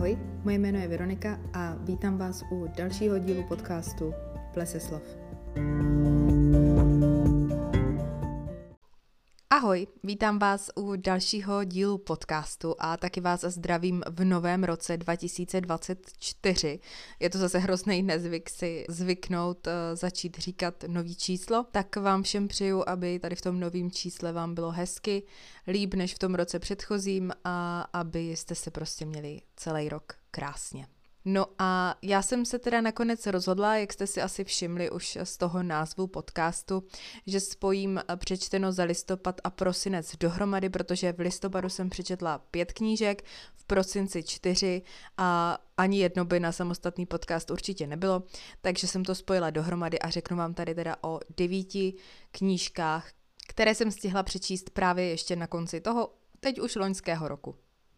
Ahoj, moje jméno je Veronika a vítám vás u dalšího dílu podcastu Pleseslov. Ahoj, vítám vás u dalšího dílu podcastu a taky vás zdravím v novém roce 2024. Je to zase hrozný nezvyk si zvyknout začít říkat nový číslo, tak vám všem přeju, aby tady v tom novém čísle vám bylo hezky, líp než v tom roce předchozím a abyste se prostě měli celý rok krásně. No a já jsem se teda nakonec rozhodla, jak jste si asi všimli už z toho názvu podcastu, že spojím přečteno za listopad a prosinec dohromady, protože v listopadu jsem přečetla 5 knížek, v prosinci 4 a ani jedno by na samostatný podcast určitě nebylo, takže jsem to spojila dohromady a řeknu vám tady teda o 9 knížkách, které jsem stihla přečíst právě ještě na konci toho teď už loňského roku.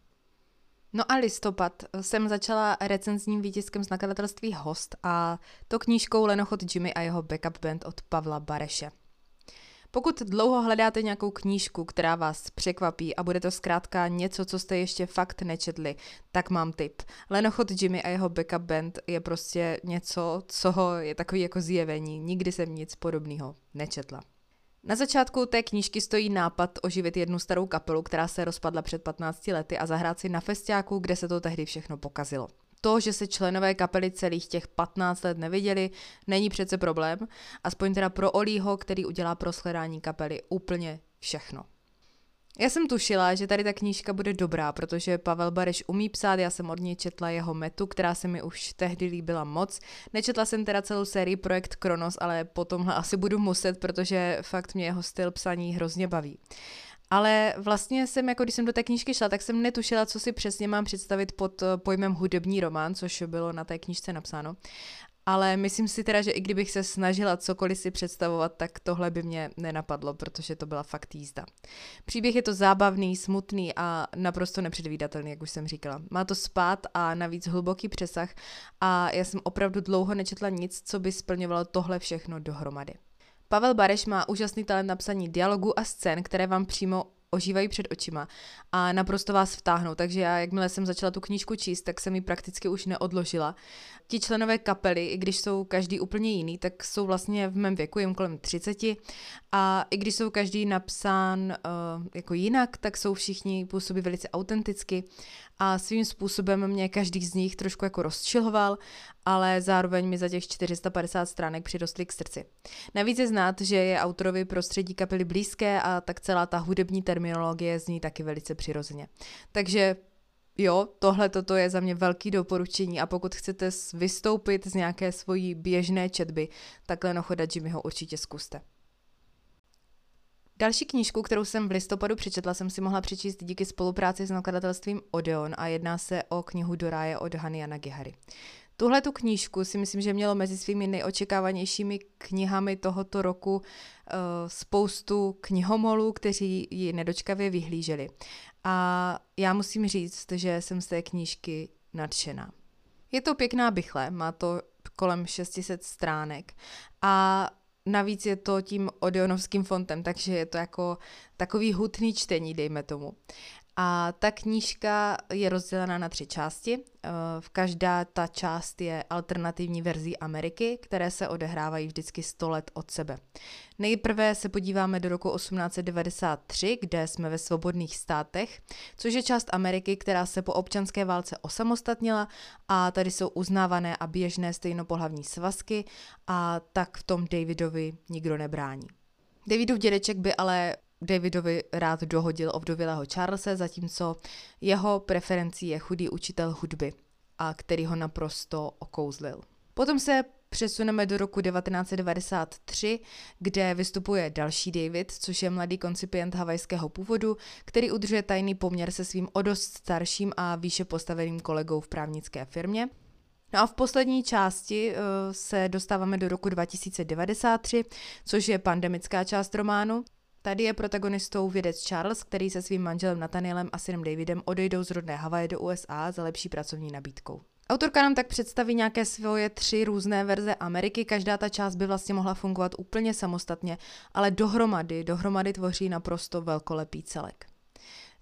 No a listopad jsem začala recenzním výtiskem z nakladatelství Host a to knížkou Lenochod Jimmy a jeho backup band od Pavla Bareše. Pokud dlouho hledáte nějakou knížku, která vás překvapí a bude to zkrátka něco, co jste ještě fakt nečetli, tak mám tip. Lenochod Jimmy a jeho backup band je prostě něco, co je takový jako zjevení. Nikdy jsem nic podobného nečetla. Na začátku té knížky stojí nápad oživit jednu starou kapelu, která se rozpadla před 15 lety a zahrát si na festiáku, kde se to tehdy všechno pokazilo. To, že se členové kapely celých těch 15 let neviděli, není přece problém, aspoň teda pro Olího, který udělá pro shledání kapely úplně všechno. Já jsem tušila, že tady ta knížka bude dobrá, protože Pavel Bareš umí psát, já jsem od něj četla jeho Metu, která se mi už tehdy líbila moc. Nečetla jsem teda celou sérii Projekt Kronos, ale potomhle asi budu muset, protože fakt mě jeho styl psaní hrozně baví. Ale vlastně jsem, jako když jsem do té knížky šla, tak jsem netušila, co si přesně mám představit pod pojmem hudební román, což bylo na té knížce napsáno. Ale myslím si teda, že i kdybych se snažila cokoliv si představovat, tak tohle by mě nenapadlo, protože to byla fakt jízda. Příběh je to zábavný, smutný a naprosto nepředvídatelný, jak už jsem říkala. Má to spát a navíc hluboký přesah a já jsem opravdu dlouho nečetla nic, co by splňovalo tohle všechno dohromady. Pavel Bareš má úžasný talent na psaní dialogů a scén, které vám přímo ožívají před očima a naprosto vás vtáhnou, takže já, jakmile jsem začala tu knížku číst, tak jsem ji prakticky už neodložila. Ti členové kapely, i když jsou každý úplně jiný, tak jsou vlastně v mém věku, jim kolem 30 a i když jsou každý napsán jako jinak, tak jsou všichni působí velice autenticky a svým způsobem mě každý z nich trošku jako rozčiloval, ale zároveň mi za těch 450 stránek přirostly k srdci. Navíc je znát, že je autorovi prostředí kapely blízké a tak celá ta hudební terminologie zní taky velice přirozeně. Takže jo, toto je za mě velký doporučení a pokud chcete vystoupit z nějaké svojí běžné četby, tak Lenochoda Jimmyho určitě zkuste. Další knížku, kterou jsem v listopadu přečetla, jsem si mohla přečíst díky spolupráci s nakladatelstvím Odeon a jedná se o knihu Do ráje od Hany Nagihary. Tuhletu knížku si myslím, že mělo mezi svými nejočekávanějšími knihami tohoto roku spoustu knihomolů, kteří ji nedočkavě vyhlíželi. A já musím říct, že jsem z té knížky nadšená. Je to pěkná bichle, má to kolem 600 stránek a navíc je to tím odeonovským fontem, takže je to jako takový hutný čtení, dejme tomu. A ta knížka je rozdělena na 3 části. Každá ta část je alternativní verzí Ameriky, které se odehrávají vždycky 100 let od sebe. Nejprve se podíváme do roku 1893, kde jsme ve svobodných státech, což je část Ameriky, která se po občanské válce osamostatnila a tady jsou uznávané a běžné stejnopohlavní svazky a tak v tom Davidovi nikdo nebrání. Davidův dědeček by ale Davidovi rád dohodil ovdovělého Charlese, zatímco jeho preferencí je chudý učitel hudby, a který ho naprosto okouzlil. Potom se přesuneme do roku 1993, kde vystupuje další David, což je mladý koncipient havajského původu, který udržuje tajný poměr se svým o dost starším a výše postaveným kolegou v právnické firmě. No a v poslední části se dostáváme do roku 2093, což je pandemická část románu. Tady je protagonistou vědec Charles, který se svým manželem Nathanielem a synem Davidem odejdou z rodné Havaje do USA za lepší pracovní nabídkou. Autorka nám tak představí nějaké svoje 3 různé verze Ameriky, každá ta část by vlastně mohla fungovat úplně samostatně, ale dohromady tvoří naprosto velkolepý celek. V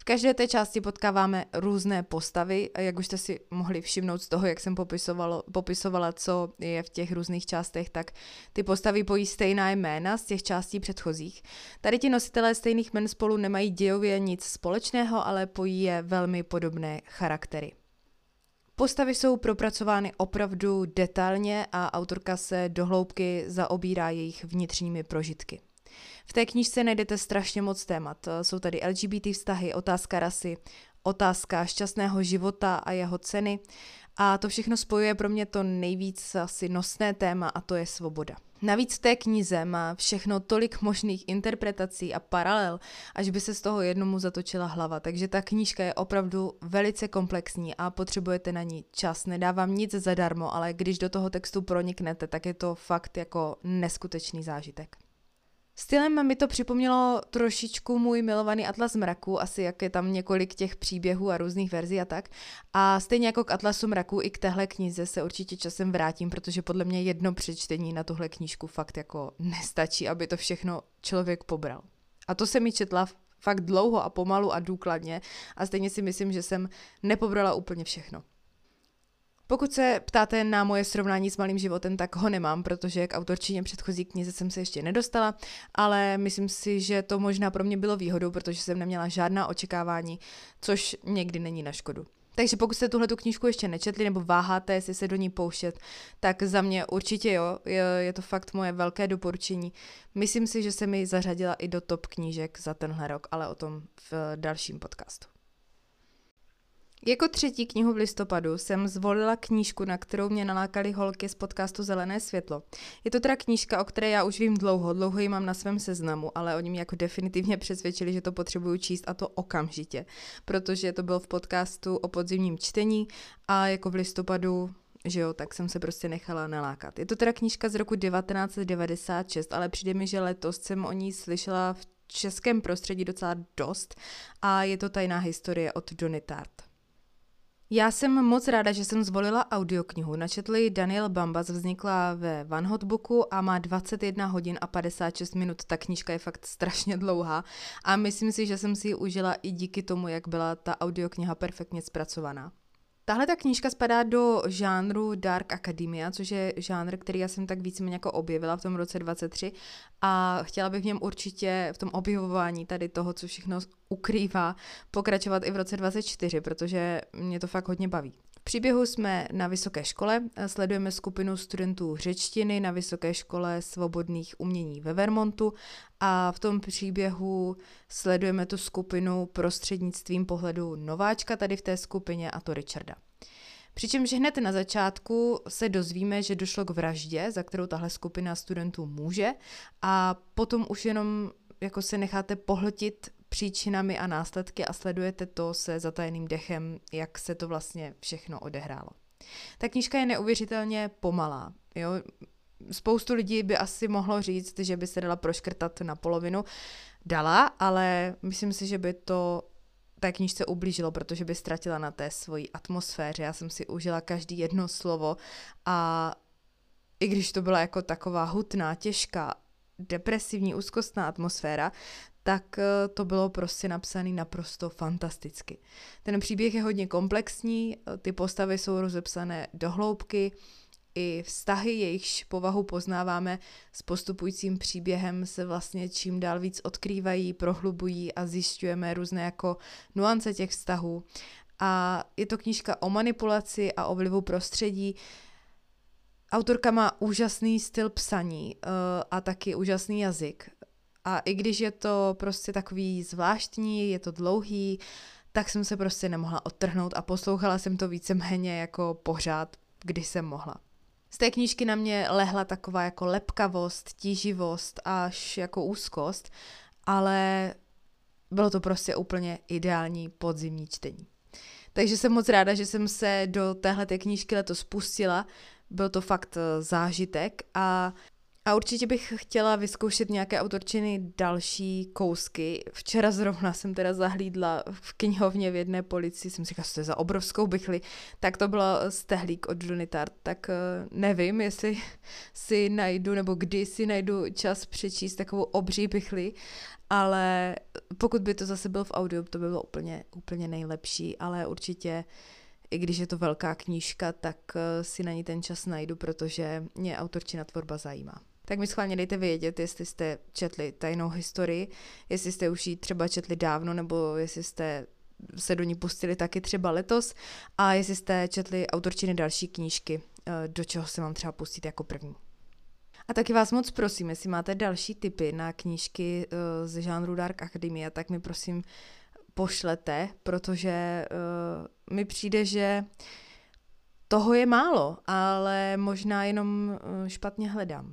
každé té části potkáváme různé postavy, jak už jste si mohli všimnout z toho, jak jsem popisovala, co je v těch různých částech, tak ty postavy pojí stejná jména z těch částí předchozích. Tady ti nositelé stejných jmen spolu nemají dějově nic společného, ale pojí je velmi podobné charaktery. Postavy jsou propracovány opravdu detailně a autorka se do hloubky zaobírá jejich vnitřními prožitky. V té knížce najdete strašně moc témat. Jsou tady LGBT vztahy, otázka rasy, otázka šťastného života a jeho ceny a to všechno spojuje pro mě to nejvíc asi nosné téma a to je svoboda. Navíc v té knize má všechno tolik možných interpretací a paralel, až by se z toho jednomu zatočila hlava, takže ta knížka je opravdu velice komplexní a potřebujete na ní čas. Nedávám nic zadarmo, ale když do toho textu proniknete, tak je to fakt jako neskutečný zážitek. Stylem mi to připomnělo trošičku můj milovaný Atlas mraků, asi jak je tam několik těch příběhů a různých verzí a tak. A stejně jako k Atlasu mraků i k téhle knize se určitě časem vrátím, protože podle mě jedno přečtení na tuhle knížku fakt jako nestačí, aby to všechno člověk pobral. A to se mi četla fakt dlouho a pomalu a důkladně a stejně si myslím, že jsem nepobrala úplně všechno. Pokud se ptáte na moje srovnání s Malým životem, tak ho nemám, protože k autorčině předchozí knize jsem se ještě nedostala, ale myslím si, že to možná pro mě bylo výhodou, protože jsem neměla žádná očekávání, což někdy není na škodu. Takže pokud jste tuhletu knížku ještě nečetli nebo váháte, jestli se do ní pouštět, tak za mě určitě jo, je to fakt moje velké doporučení. Myslím si, že se mi zařadila i do top knížek za tenhle rok, ale o tom v dalším podcastu. Jako třetí knihu v listopadu jsem zvolila knížku, na kterou mě nalákaly holky z podcastu Zelené světlo. Je to teda knížka, o které já už vím dlouho ji mám na svém seznamu, ale oni mě jako definitivně přesvědčili, že to potřebuju číst a to okamžitě, protože to bylo v podcastu o podzimním čtení a jako v listopadu, že jo, tak jsem se prostě nechala nalákat. Je to teda knížka z roku 1996, ale přijde mi, že letos jsem o ní slyšela v českém prostředí docela dost a je to Tajná historie od Donny Tart. Já jsem moc ráda, že jsem zvolila audioknihu. Načetl ji Daniel Bambas, vznikla ve One Hot Booku a má 21 hodin a 56 minut. Ta knížka je fakt strašně dlouhá a myslím si, že jsem si ji užila i díky tomu, jak byla ta audiokniha perfektně zpracovaná. Tahle ta knížka spadá do žánru Dark Academia, což je žánr, který já jsem tak víceméně jako objevila v tom roce 2023 a chtěla bych v něm určitě v tom objevování tady toho, co všechno ukrývá, pokračovat i v roce 2024, protože mě to fakt hodně baví. V příběhu jsme na vysoké škole, sledujeme skupinu studentů řečtiny na Vysoké škole svobodných umění ve Vermontu a v tom příběhu sledujeme tu skupinu prostřednictvím pohledu nováčka tady v té skupině, a to Richarda. Přičemž hned na začátku se dozvíme, že došlo k vraždě, za kterou tahle skupina studentů může, a potom už jenom jako se necháte pohltit příčinami a následky a sledujete to se zatajeným dechem, jak se to vlastně všechno odehrálo. Ta knížka je neuvěřitelně pomalá. Jo? Spoustu lidí by asi mohlo říct, že by se dala proškrtat na polovinu. Dala, ale myslím si, že by to té knížce ublížilo, protože by ztratila na té svojí atmosféře. Já jsem si užila každý jedno slovo a i když to byla jako taková hutná, těžká, depresivní, úzkostná atmosféra, tak to bylo prostě napsané naprosto fantasticky. Ten příběh je hodně komplexní, ty postavy jsou rozepsané do hloubky, i vztahy, jejichž povahu poznáváme s postupujícím příběhem, se vlastně čím dál víc odkrývají, prohlubují a zjišťujeme různé jako nuance těch vztahů. A je to knížka o manipulaci a o vlivu prostředí. Autorka má úžasný styl psaní a taky úžasný jazyk. A i když je to prostě takový zvláštní, je to dlouhý, tak jsem se prostě nemohla odtrhnout a poslouchala jsem to víceméně jako pořád, když jsem mohla. Z té knížky na mě lehla taková jako lepkavost, tíživost až jako úzkost, ale bylo to prostě úplně ideální podzimní čtení. Takže jsem moc ráda, že jsem se do téhleté knížky letos pustila, byl to fakt zážitek a A určitě bych chtěla vyzkoušet nějaké autorčiny další kousky. Včera zrovna jsem teda zahlídla v knihovně v jedné polici, jsem si říkala, že to je za obrovskou bychli, tak to bylo Stehlík od Johnny Tart, tak nevím, jestli si najdu, nebo kdy si najdu čas přečíst takovou obří bychli, ale pokud by to zase bylo v audio, to by bylo úplně nejlepší, ale určitě i když je to velká knížka, tak si na ní ten čas najdu, protože mě autorčina tvorba zajímá. Tak mi schválně dejte vědět, jestli jste četli Tajnou historii, jestli jste už ji třeba četli dávno, nebo jestli jste se do ní pustili taky třeba letos a jestli jste četli autorčiny další knížky, do čeho se mám třeba pustit jako první. A taky vás moc prosím, jestli máte další tipy na knížky z žánru Dark Academia, tak mi prosím pošlete, protože mi přijde, že toho je málo, ale možná jenom špatně hledám.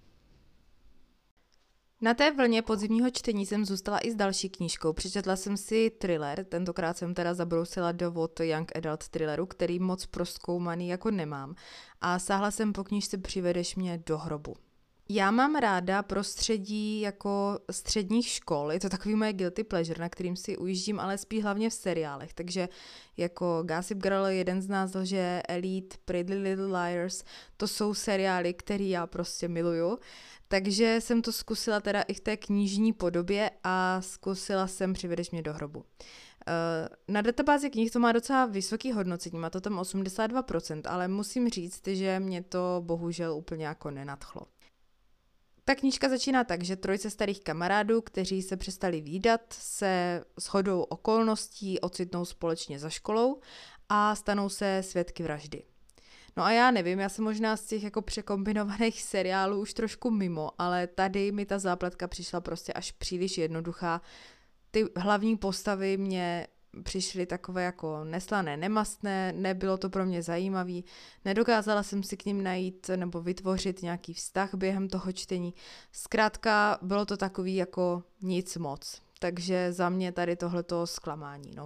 Na té vlně podzimního čtení jsem zůstala i s další knížkou. Přečetla jsem si thriller, tentokrát jsem teda zabrousila do vod young adult thrilleru, který moc prozkoumaný jako nemám. A sáhla jsem po knížce Přivedeš mě do hrobu. Já mám ráda prostředí jako středních škol, je to takový moje guilty pleasure, na kterým si ujíždím, ale spíš hlavně v seriálech, takže jako Gossip Girl, Jeden z nás lže, Elite, Pretty Little Liars, to jsou seriály, které já prostě miluju, takže jsem to zkusila teda i v té knižní podobě a zkusila jsem Přivedeš mě do hrobu. Na databázi knih to má docela vysoký hodnocení, má to tam 82%, ale musím říct, že mě to bohužel úplně jako nenadchlo. Ta knížka začíná tak, že trojice starých kamarádů, kteří se přestali vídat, se shodou okolností ocitnou společně za školou a stanou se svědky vraždy. No a já nevím, já jsem možná z těch jako překombinovaných seriálů už trošku mimo, ale tady mi ta zápletka přišla prostě až příliš jednoduchá. Ty hlavní postavy mě přišly takové jako neslané, nemastné, nebylo to pro mě zajímavý, nedokázala jsem si k nim najít nebo vytvořit nějaký vztah během toho čtení. Zkrátka bylo to takový jako nic moc, takže za mě tady tohleto zklamání, no.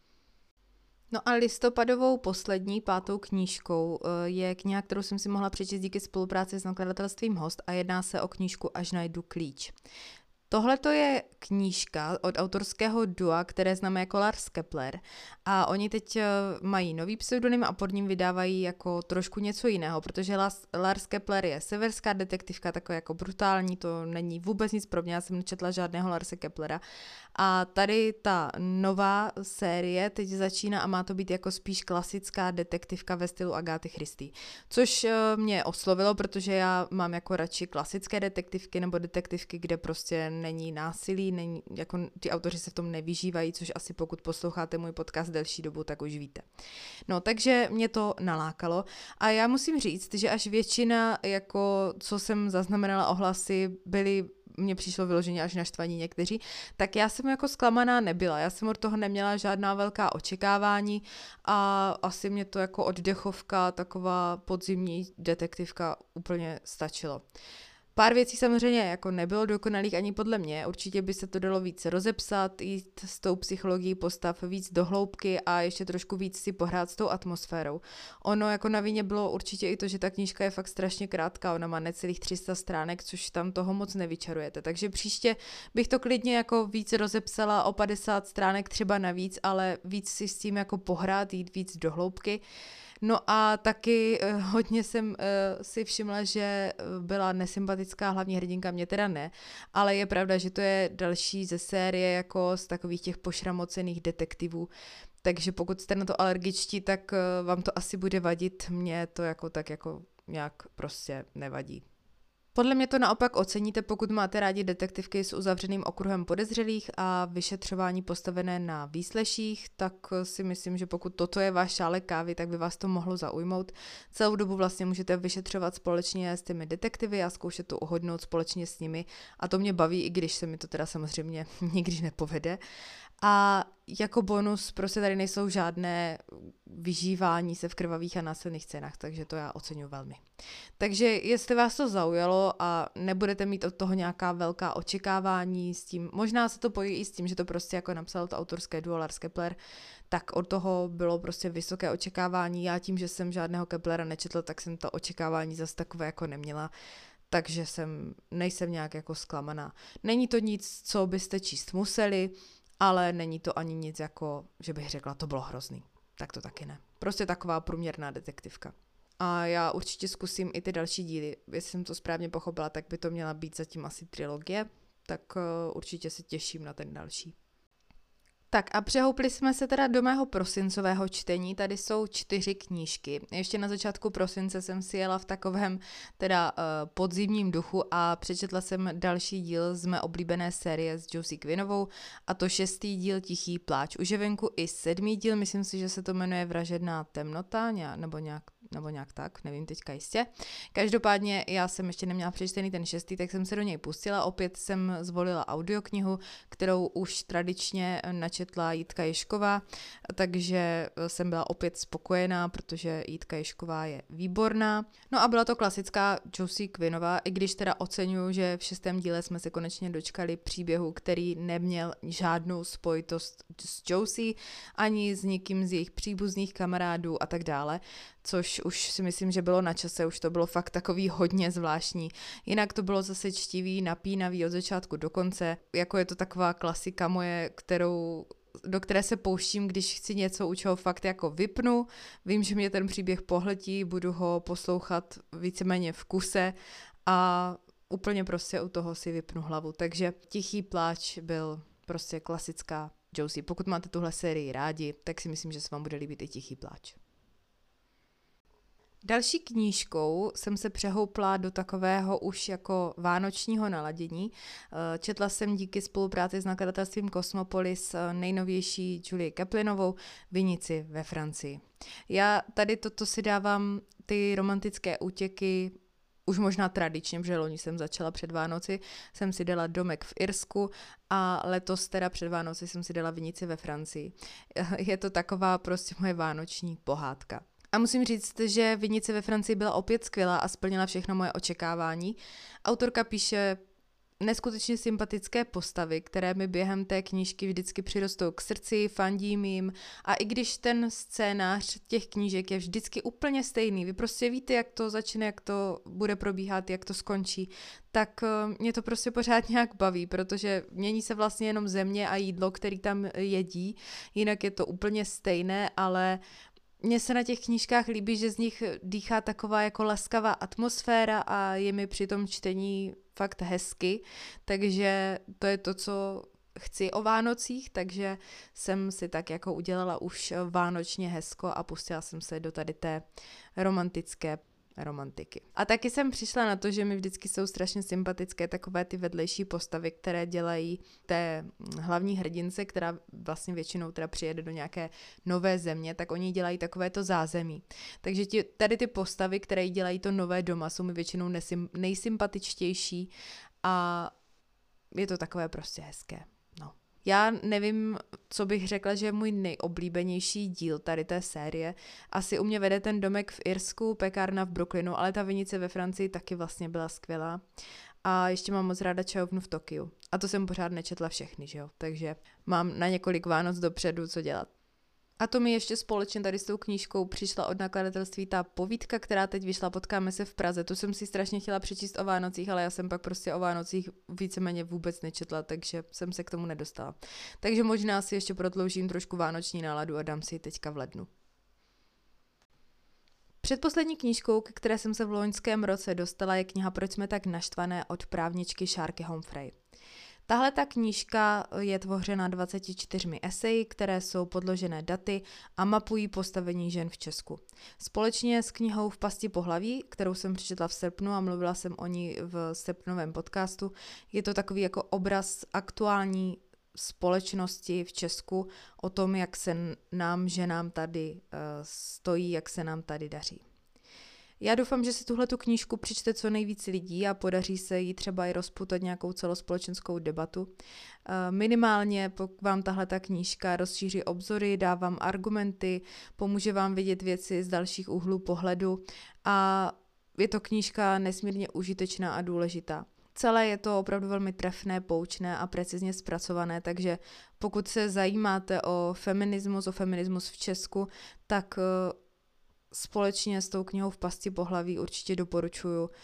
No a listopadovou poslední, 5. knížkou je kniha, kterou jsem si mohla přečíst díky spolupráci s nakladatelstvím Host a jedná se o knížku Až najdu klíč. Tohle to je knížka od autorského dua, které známe jako Lars Kepler a oni teď mají nový pseudonym a pod ním vydávají jako trošku něco jiného, protože Lars Kepler je severská detektivka, taková jako brutální, to není vůbec nic pro mě, já jsem nečetla žádného Larse Keplera a tady ta nová série teď začíná a má to být jako spíš klasická detektivka ve stylu Agáty Christie, což mě oslovilo, protože já mám jako radši klasické detektivky nebo detektivky, kde prostě není násilí, není, jako ty autoři se v tom nevyžívají, což asi pokud posloucháte můj podcast delší dobu, tak už víte. No, takže mě to nalákalo a já musím říct, že až většina, jako co jsem zaznamenala ohlasy, mně přišlo vyloženě až naštvaní někteří, tak já jsem jako zklamaná nebyla. Já jsem od toho neměla žádná velká očekávání a asi mě to jako oddechovka, taková podzimní detektivka úplně stačilo. Pár věcí samozřejmě jako nebylo dokonalých ani podle mě, určitě by se to dalo víc rozepsat, jít s tou psychologií postav víc do hloubky a ještě trošku víc si pohrát s tou atmosférou. Ono jako na vině bylo určitě i to, že ta knížka je fakt strašně krátká, ona má necelých 300 stránek, což tam toho moc nevyčarujete, takže příště bych to klidně jako víc rozepsala o 50 stránek třeba navíc, ale víc si s tím jako pohrát, jít víc do hloubky. No a taky hodně jsem si všimla, že byla nesympatická hlavní hrdinka, mě teda ne, ale je pravda, že to je další ze série jako z takových těch pošramocených detektivů, takže pokud jste na to alergičtí, tak vám to asi bude vadit, mě to jako tak jako nějak prostě nevadí. Podle mě to naopak oceníte, pokud máte rádi detektivky s uzavřeným okruhem podezřelých a vyšetřování postavené na výsleších, tak si myslím, že pokud toto je váš šálek kávy, tak by vás to mohlo zaujmout. Celou dobu vlastně můžete vyšetřovat společně s těmi detektivy a zkoušet to uhodnout společně s nimi a to mě baví, i když se mi to teda samozřejmě nikdy nepovede. A jako bonus prostě tady nejsou žádné vyžívání se v krvavých a násilných scénách, takže to já oceňuji velmi. Takže jestli vás to zaujalo a nebudete mít od toho nějaká velká očekávání s tím, možná se to pojí i s tím, že to prostě jako napsal to autorské duo Lars Kepler, tak od toho bylo prostě vysoké očekávání. Já tím, že jsem žádného Keplera nečetla, tak jsem to očekávání zase takové jako neměla. takže nejsem nějak jako zklamaná. Není to nic, co byste číst museli, ale není to ani nic jako, že bych řekla, to bylo hrozný. Tak to taky ne. Prostě taková průměrná detektivka. A já určitě zkusím i ty další díly. Jestli jsem to správně pochopila, tak by to měla být zatím asi trilogie, tak určitě se těším na ten další. Tak a přehoupli jsme se teda do mého prosincového čtení, tady jsou 4 knížky. Ještě na začátku prosince jsem si jela v takovém teda podzimním duchu a přečetla jsem další díl z mé oblíbené série s Josie Quinnovou, a to 6. díl Tichý pláč. Už je venku i 7. díl, myslím si, že se to jmenuje Vražedná temnota, nebo nějak tak, nevím teďka jistě. Každopádně já jsem ještě neměla přečtený ten 6., tak jsem se do něj pustila. Opět jsem zvolila audioknihu, kterou už tradičně načetla Jitka Ježková, takže jsem byla opět spokojená, protože Jitka Ježková je výborná. No a byla to klasická Josie Quinnová, i když teda oceňuju, že v 6. díle jsme se konečně dočkali příběhu, který neměl žádnou spojitost s Josie, ani s nikým z jejich příbuzných kamarádů a tak dále, což už si myslím, že bylo na čase, už to bylo fakt takový hodně zvláštní. Jinak to bylo zase čtivý, napínavý od začátku do konce, jako je to taková klasika moje, do které se pouštím, když chci něco, u čeho fakt jako vypnu, vím, že mě ten příběh pohltí, budu ho poslouchat víceméně v kuse a úplně prostě u toho si vypnu hlavu. Takže Tichý pláč byl prostě klasická Josie. Pokud máte tuhle sérii rádi, tak si myslím, že se vám bude líbit i Tichý pláč. Další knížkou jsem se přehoupla do takového už jako vánočního naladění. Četla jsem díky spolupráci s nakladatelstvím Cosmopolis nejnovější Julie Kaplinovou Vinici ve Francii. Já tady toto si dávám ty romantické útěky už možná tradičně, protože loni jsem začala před Vánoci, jsem si dala Domek v Irsku a letos teda před Vánoci jsem si dala Vinici ve Francii. Je to taková prostě moje vánoční pohádka. A musím říct, že Vinice ve Francii byla opět skvělá a splnila všechno moje očekávání. Autorka píše neskutečně sympatické postavy, které mi během té knížky vždycky přirostou k srdci, fandím jim, a i když ten scénář těch knížek je vždycky úplně stejný, vy prostě víte, jak to začne, jak to bude probíhat, jak to skončí, tak mě to prostě pořád nějak baví, protože mění se vlastně jenom země a jídlo, který tam jedí, jinak je to úplně stejné, ale mně se na těch knížkách líbí, že z nich dýchá taková jako laskavá atmosféra a je mi při tom čtení fakt hezky, takže to je to, co chci o Vánocích, takže jsem si tak jako udělala už vánočně hezko a pustila jsem se do tady té romantiky. A taky jsem přišla na to, že mi vždycky jsou strašně sympatické takové ty vedlejší postavy, které dělají té hlavní hrdince, která vlastně většinou teda přijede do nějaké nové země, tak oni dělají takové to zázemí. Takže tady ty postavy, které dělají to nové doma, jsou mi většinou nejsympatičtější a je to takové prostě hezké. No. Já nevím, co bych řekla, že je můj nejoblíbenější díl tady té série. Asi u mě vede ten Domek v Irsku, Pekárna v Brooklynu, ale ta Vinice ve Francii taky vlastně byla skvělá. A ještě mám moc ráda Čajovnu v Tokiu. A to jsem pořád nečetla všechny, že jo? Takže mám na několik Vánoc dopředu co dělat. A to mi ještě společně tady s tou knížkou přišla od nakladatelství ta povídka, která teď vyšla, Potkáme se v Praze. Tu jsem si strašně chtěla přečíst o Vánocích, ale já jsem pak prostě o Vánocích víceméně vůbec nečetla, takže jsem se k tomu nedostala. Takže možná si ještě prodloužím trošku vánoční náladu a dám si ji teďka v lednu. Předposlední knížkou, k které jsem se v loňském roce dostala, je kniha Proč jsme tak naštvané od právničky Šárky Humphrey. Tahle ta knížka je tvořena 24 eseji, které jsou podložené daty a mapují postavení žen v Česku. Společně s knihou V pasti pohlaví, kterou jsem přečetla v srpnu a mluvila jsem o ní v srpnovém podcastu, je to takový jako obraz aktuální společnosti v Česku o tom, jak se nám ženám tady stojí, jak se nám tady daří. Já doufám, že si tuhletu knížku přečte co nejvíc lidí a podaří se jí třeba i rozpoutat nějakou celospolečenskou debatu. Minimálně, pokud vám tahleta knížka rozšíří obzory, dá vám argumenty, pomůže vám vidět věci z dalších úhlů pohledu a je to knížka nesmírně užitečná a důležitá. Celé je to opravdu velmi trefné, poučné a precizně zpracované, takže pokud se zajímáte o feminismus v Česku, tak společně s tou knihou V pasti pohlaví určitě doporučuju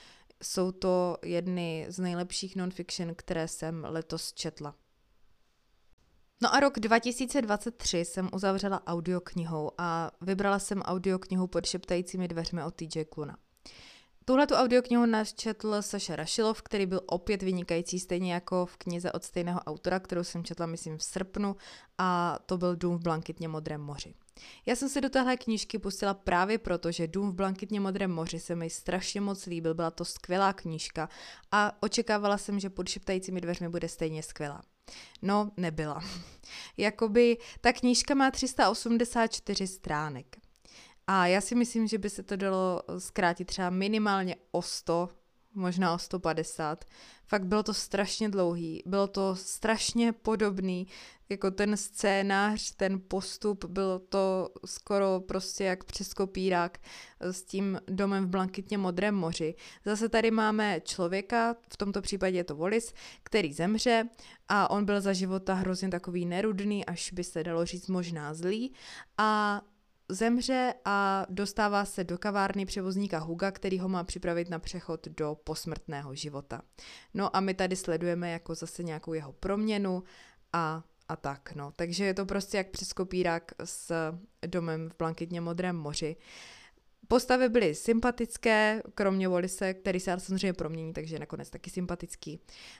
jsou to jedny z nejlepších non-fiction, které jsem letos četla. No a rok 2023 jsem uzavřela audioknihou a vybrala jsem audioknihu Pod šeptajícími dveřmi od TJ Kluna. Tuhletu audioknihu načetl Saša Rašilov, který byl opět vynikající, stejně jako v knize od stejného autora, kterou jsem četla, myslím, v srpnu, a to byl Dům v blankitně modrém moři. Já jsem se do téhle knížky pustila právě proto, že Dům v blankitně modrém moři se mi strašně moc líbil, byla to skvělá knížka a očekávala jsem, že Pod šeptajícími dveřmi bude stejně skvělá. No, nebyla. Jakoby ta knížka má 384 stránek. A já si myslím, že by se to dalo zkrátit třeba minimálně o 100, možná o 150. Fakt bylo to strašně dlouhý, bylo to strašně podobný, jako ten scénář, ten postup, bylo to skoro prostě jak přes kopírák s tím Domem v blankitně modrém moři. Zase tady máme člověka, v tomto případě je to Wallis, který zemře a on byl za života hrozně takový nerudný, až by se dalo říct možná zlý, a zemře a dostává se do kavárny převozníka Huga, který ho má připravit na přechod do posmrtného života. No a my tady sledujeme jako zase nějakou jeho proměnu a tak, no. Takže je to prostě jak přes kopírák s Domem v blankitně modrém moři. Postavy byly sympatické, kromě Wallise, který se samozřejmě promění, takže je nakonec taky sympatický.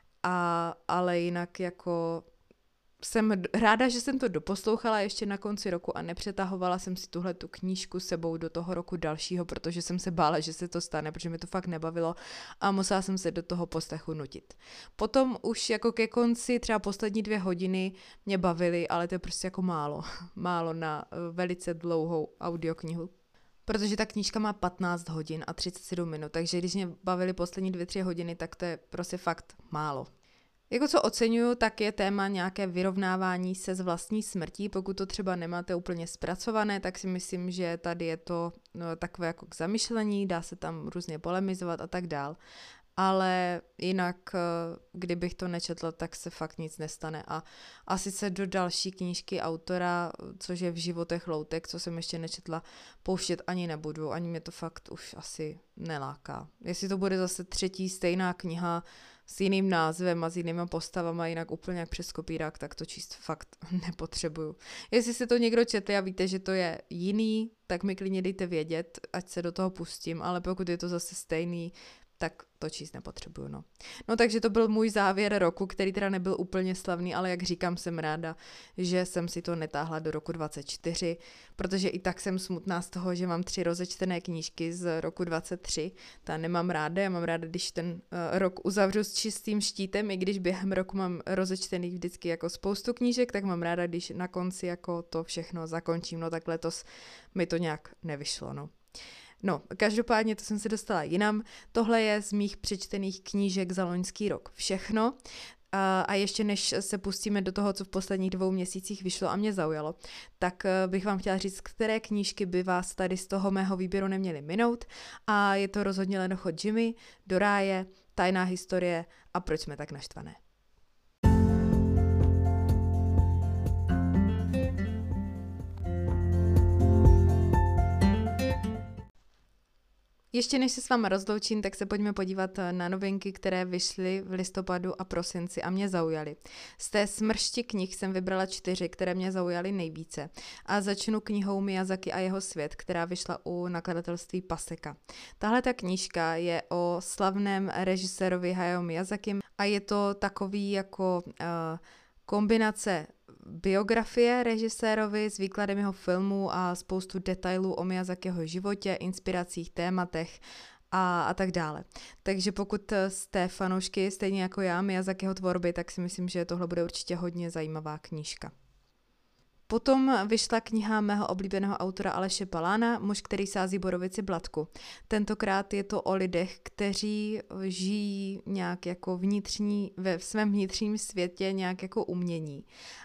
Ale jinak jako jsem ráda, že jsem to doposlouchala ještě na konci roku a nepřetahovala jsem si tu knížku sebou do toho roku dalšího, protože jsem se bála, že se to stane, protože mi to fakt nebavilo a musela jsem se do toho poslechu nutit. Potom už jako ke konci třeba poslední 2 hodiny mě bavily, ale to je prostě jako málo na velice dlouhou audioknihu. Protože ta knížka má 15 hodin a 37 minut, takže když mě bavily poslední 2-3 hodiny, tak to je prostě fakt málo. Jako co oceňuju, tak je téma nějaké vyrovnávání se s vlastní smrtí. Pokud to třeba nemáte úplně zpracované, tak si myslím, že tady je to takové jako k zamyšlení, dá se tam různě polemizovat a tak dál. Ale jinak, kdybych to nečetla, tak se fakt nic nestane. A asi se do další knížky autora, což je V životech loutek, co jsem ještě nečetla, pouštět ani nebudu. Ani mě to fakt už asi neláká. Jestli to bude zase 3. stejná kniha s jiným názvem a s jinýma postavama, jinak úplně jak přes kopírák, tak to číst fakt nepotřebuju. Jestli se to někdo četl a víte, že to je jiný, tak mi klidně dejte vědět, ať se do toho pustím, ale pokud je to zase stejný, tak to číst nepotřebuju, no. No takže to byl můj závěr roku, který teda nebyl úplně slavný, ale jak říkám, jsem ráda, že jsem si to netáhla do roku 24, protože i tak jsem smutná z toho, že mám 3 rozečtené knížky z roku 23. Ta nemám ráda, já mám ráda, když ten rok uzavřu s čistým štítem, i když během roku mám rozečtených vždycky jako spoustu knížek, tak mám ráda, když na konci jako to všechno zakončím, no tak letos mi to nějak nevyšlo, no. No, každopádně to jsem se dostala jinam. Tohle je z mých přečtených knížek za loňský rok všechno. A ještě než se pustíme do toho, co v posledních 2 měsících vyšlo a mě zaujalo, tak bych vám chtěla říct, které knížky by vás tady z toho mého výběru neměly minout. A je to rozhodně Lenochod Jimmy, Do ráje, Tajná historie a Proč jsme tak naštvané. Ještě než se s váma rozloučím, tak se pojďme podívat na novinky, které vyšly v listopadu a prosinci a mě zaujaly. Z té smršti knih jsem vybrala 4, které mě zaujaly nejvíce. A začnu knihou Miyazaki a jeho svět, která vyšla u nakladatelství Paseka. Tahle ta knížka je o slavném režisérovi Hayao Miyazakim a je to takový jako kombinace biografie režisérovi s výkladem jeho filmů a spoustu detailů o Miyazakiho životě, inspiracích, tématech a tak dále. Takže pokud jste fanoušky, stejně jako já, Miyazakiho tvorby, tak si myslím, že tohle bude určitě hodně zajímavá knížka. Potom vyšla kniha mého oblíbeného autora Aleše Palána, Muž, který sází borovici Blatku. Tentokrát je to o lidech, kteří žijí nějak jako ve svém vnitřním světě nějak jako umění.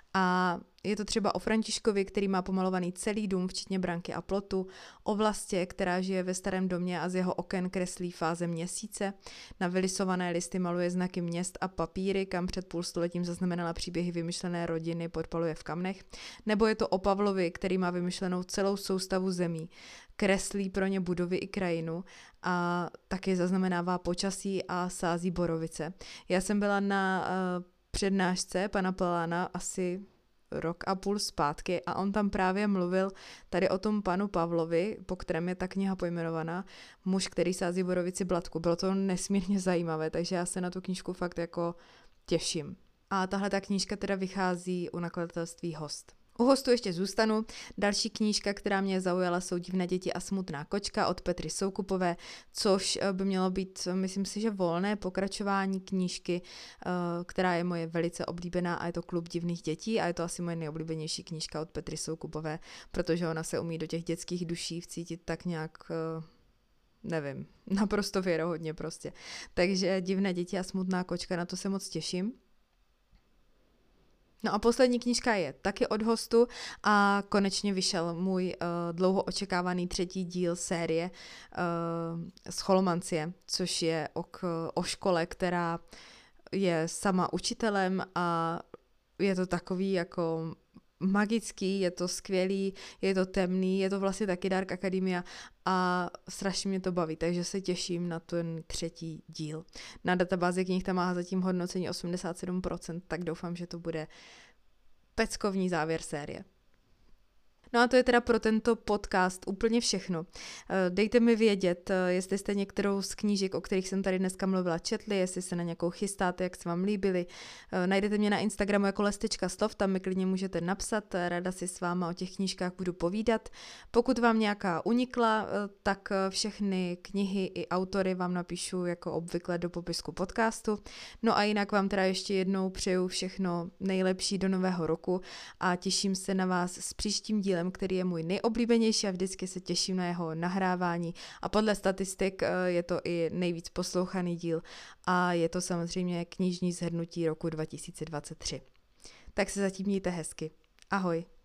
A je to třeba o Františkovi, který má pomalovaný celý dům, včetně branky a plotu, o Vlastě, která žije ve starém domě a z jeho oken kreslí fáze měsíce, na vylisované listy maluje znaky měst a papíry, kam před půl stoletím zaznamenala příběhy vymyšlené rodiny, podpaluje v kamnech, nebo je to o Pavlovi, který má vymyšlenou celou soustavu zemí, kreslí pro ně budovy i krajinu a taky zaznamenává počasí a sází borovice. Já jsem byla na přednášce pana Pelána asi rok a půl zpátky a on tam právě mluvil tady o tom panu Pavlovi, po kterém je ta kniha pojmenovaná, Muž, který sází borovici Blatku. Bylo to nesmírně zajímavé, takže já se na tu knížku fakt jako těším. A tahle ta knížka teda vychází u nakladatelství Host. U Hostu ještě zůstanu. Další knížka, která mě zaujala, jsou Divné děti a smutná kočka od Petry Soukupové, což by mělo být, myslím si, že volné pokračování knížky, která je moje velice oblíbená a je to Klub divných dětí a je to asi moje nejoblíbenější knížka od Petry Soukupové, protože ona se umí do těch dětských duší vcítit tak nějak, nevím, naprosto věrohodně prostě. Takže Divné děti a smutná kočka, na to se moc těším. No a poslední knížka je taky od Hostu a konečně vyšel můj dlouho očekávaný 3. díl série Scholomancie, což je o škole, která je sama učitelem a je to takový jako magický, je to skvělý, je to temný, je to vlastně taky Dark Academia a strašně mě to baví, takže se těším na ten 3. díl. Na databázi knih tam má zatím hodnocení 87%, tak doufám, že to bude peckovní závěr série. No a to je teda pro tento podcast úplně všechno. Dejte mi vědět, jestli jste některou z knížek, o kterých jsem tady dneska mluvila, četli, jestli se na nějakou chystáte, jak se vám líbily. Najdete mě na Instagramu jako les.slov, tam mi klidně můžete napsat, ráda si s váma o těch knížkách budu povídat. Pokud vám nějaká unikla, tak všechny knihy i autory vám napíšu jako obvykle do popisku podcastu. No a jinak vám teda ještě jednou přeju všechno nejlepší do nového roku a těším se na vás s příštím dílem, který je můj nejoblíbenější a vždycky se těším na jeho nahrávání a podle statistik je to i nejvíc poslouchaný díl a je to samozřejmě knižní shrnutí roku 2023. Tak se zatím mějte hezky. Ahoj.